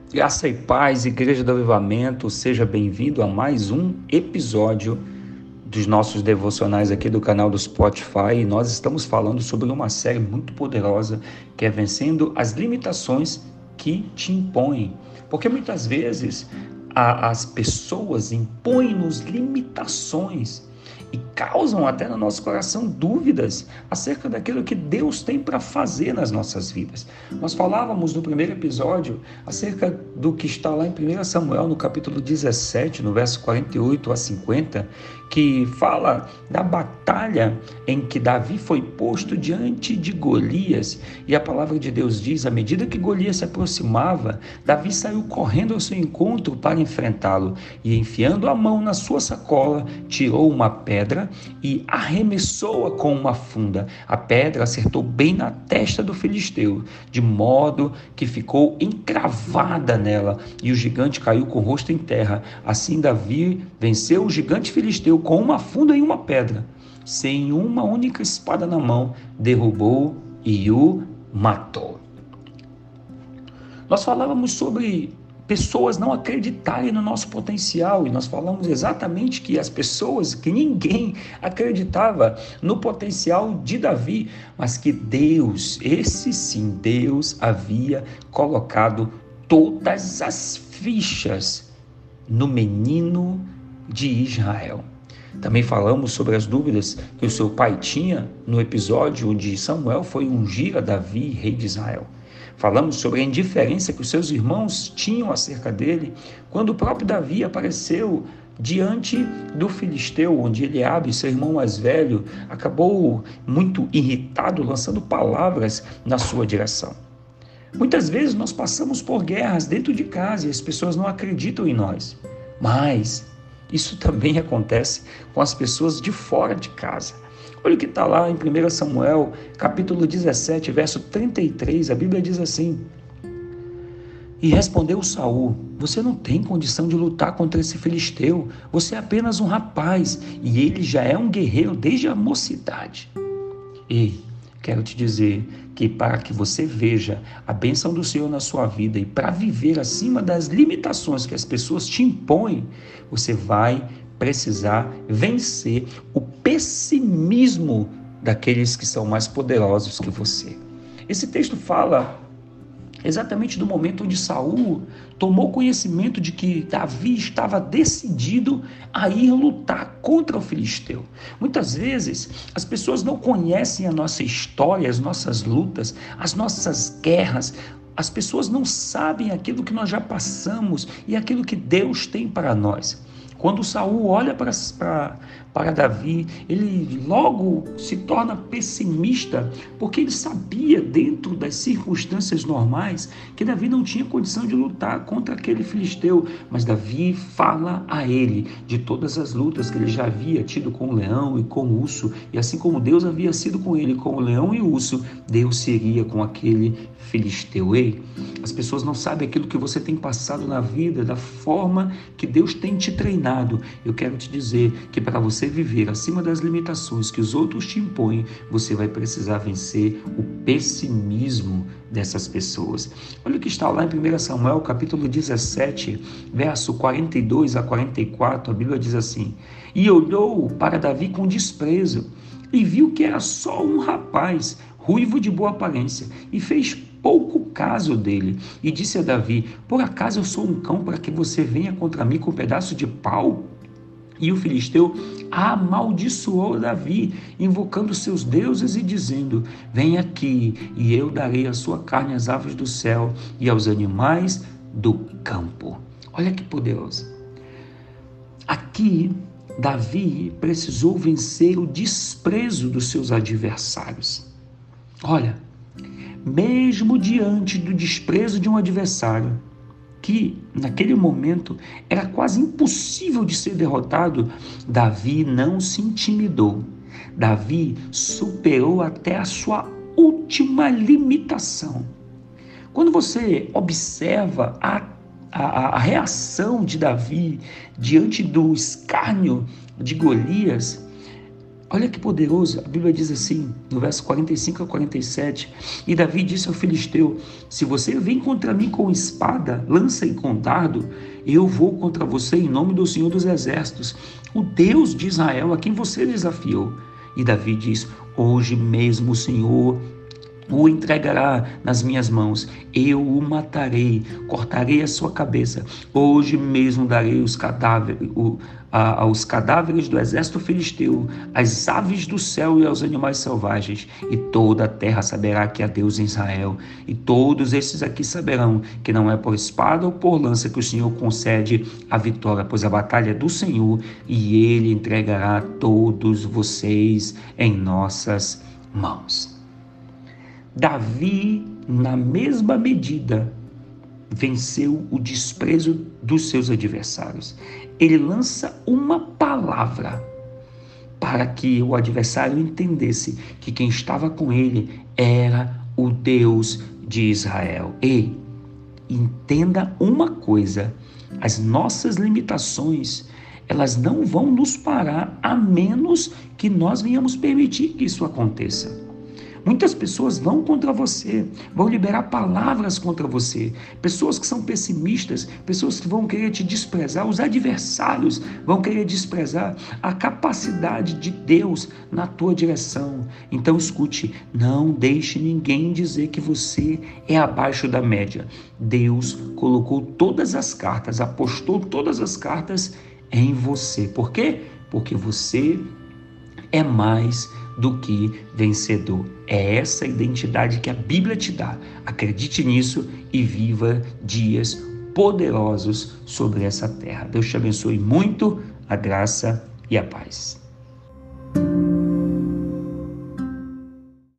Graça e paz, Igreja do Avivamento, seja bem-vindo a mais um episódio dos nossos devocionais aqui do canal do Spotify. Nós estamos falando sobre uma série muito poderosa que é Vencendo as Limitações que te Impõem. Porque muitas vezes as pessoas impõem-nos limitações e causam até no nosso coração dúvidas acerca daquilo que Deus tem para fazer nas nossas vidas. Nós falávamos no primeiro episódio acerca do que está lá em 1 Samuel, no capítulo 17, no verso 48 a 50, que fala da batalha em que Davi foi posto diante de Golias. E a palavra de Deus diz, à medida que Golias se aproximava, Davi saiu correndo ao seu encontro para enfrentá-lo e, enfiando a mão na sua sacola, tirou uma pedra e arremessou-a com uma funda. A pedra acertou bem na testa do filisteu, de modo que ficou encravada nela, e o gigante caiu com o rosto em terra. Assim Davi venceu o gigante filisteu com uma funda e uma pedra. Sem uma única espada na mão, derrubou e o matou. Nós falávamos sobre pessoas não acreditarem no nosso potencial, e nós falamos exatamente que as pessoas, que ninguém acreditava no potencial de Davi, mas que Deus, esse sim, Deus havia colocado todas as fichas no menino de Israel. Também falamos sobre as dúvidas que o seu pai tinha no episódio onde Samuel foi ungir a Davi, rei de Israel. Falamos sobre a indiferença que os seus irmãos tinham acerca dele, quando o próprio Davi apareceu diante do filisteu, onde Eliabe, seu irmão mais velho, acabou muito irritado, lançando palavras na sua direção. Muitas vezes nós passamos por guerras dentro de casa e as pessoas não acreditam em nós, mas isso também acontece com as pessoas de fora de casa. Olha o que está lá em 1 Samuel, capítulo 17, verso 33, a Bíblia diz assim: E respondeu Saul: Você não tem condição de lutar contra esse filisteu, você é apenas um rapaz, e ele já é um guerreiro desde a mocidade. E quero te dizer que para que você veja a bênção do Senhor na sua vida e para viver acima das limitações que as pessoas te impõem, você vai precisar vencer o pessimismo daqueles que são mais poderosos que você. Esse texto fala exatamente do momento onde Saul tomou conhecimento de que Davi estava decidido a ir lutar contra o filisteu. Muitas vezes as pessoas não conhecem a nossa história, as nossas lutas, as nossas guerras. As pessoas não sabem aquilo que nós já passamos e aquilo que Deus tem para nós. Quando Saul olha para Davi, ele logo se torna pessimista, porque ele sabia, dentro das circunstâncias normais, que Davi não tinha condição de lutar contra aquele filisteu. Mas Davi fala a ele de todas as lutas que ele já havia tido com o leão e com o urso, e assim como Deus havia sido com ele, com o leão e o urso, Deus seria com aquele filisteu. Ei, as pessoas não sabem aquilo que você tem passado na vida, da forma que Deus tem te treinado. Eu quero te dizer que para você viver acima das limitações que os outros te impõem, você vai precisar vencer o pessimismo dessas pessoas. Olha o que está lá em 1 Samuel, capítulo 17, verso 42 a 44, a Bíblia diz assim: E olhou para Davi com desprezo, e viu que era só um rapaz, ruivo de boa aparência, e fez pouco caso dele, e disse a Davi: Por acaso eu sou um cão para que você venha contra mim com um pedaço de pau? E o filisteu amaldiçoou Davi, invocando seus deuses e dizendo: Vem aqui, e eu darei a sua carne às aves do céu e aos animais do campo. Olha que poderoso. Aqui, Davi precisou vencer o desprezo dos seus adversários. Olha, mesmo diante do desprezo de um adversário, que naquele momento era quase impossível de ser derrotado, Davi não se intimidou. Davi superou até a sua última limitação. Quando você observa a reação de Davi diante do escárnio de Golias, Olha que poderoso, a Bíblia diz assim, no verso 45 a 47, e Davi disse ao filisteu: se você vem contra mim com espada, lança e com dardo, eu vou contra você em nome do Senhor dos Exércitos, o Deus de Israel, a quem você desafiou. E Davi diz: hoje mesmo o Senhor o entregará nas minhas mãos, eu o matarei, cortarei a sua cabeça, hoje mesmo darei aos cadáveres do exército filisteu, às aves do céu e aos animais selvagens, e toda a terra saberá que há Deus em Israel, e todos esses aqui saberão que não é por espada ou por lança que o Senhor concede a vitória, pois a batalha é do Senhor, e Ele entregará todos vocês em nossas mãos. Davi, na mesma medida, venceu o desprezo dos seus adversários. Ele lança uma palavra para que o adversário entendesse que quem estava com ele era o Deus de Israel. Ei, entenda uma coisa: as nossas limitações, elas não vão nos parar a menos que nós venhamos permitir que isso aconteça. Muitas pessoas vão contra você, vão liberar palavras contra você, pessoas que são pessimistas, pessoas que vão querer te desprezar, os adversários vão querer desprezar a capacidade de Deus na tua direção. Então escute, não deixe ninguém dizer que você é abaixo da média. Deus colocou todas as cartas, apostou todas as cartas em você. Por quê? Porque você é mais do que vencedor. É essa identidade que a Bíblia te dá. Acredite nisso e viva dias poderosos sobre essa terra. Deus te abençoe muito, a graça e a paz.